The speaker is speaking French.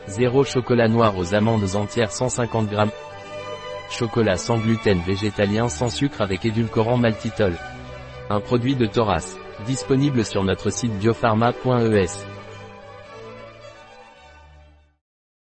0 chocolat noir aux amandes entières 150 g. Chocolat sans gluten végétalien sans sucre avec édulcorant maltitol. Un produit de Thoras. Disponible sur notre site biopharma.es.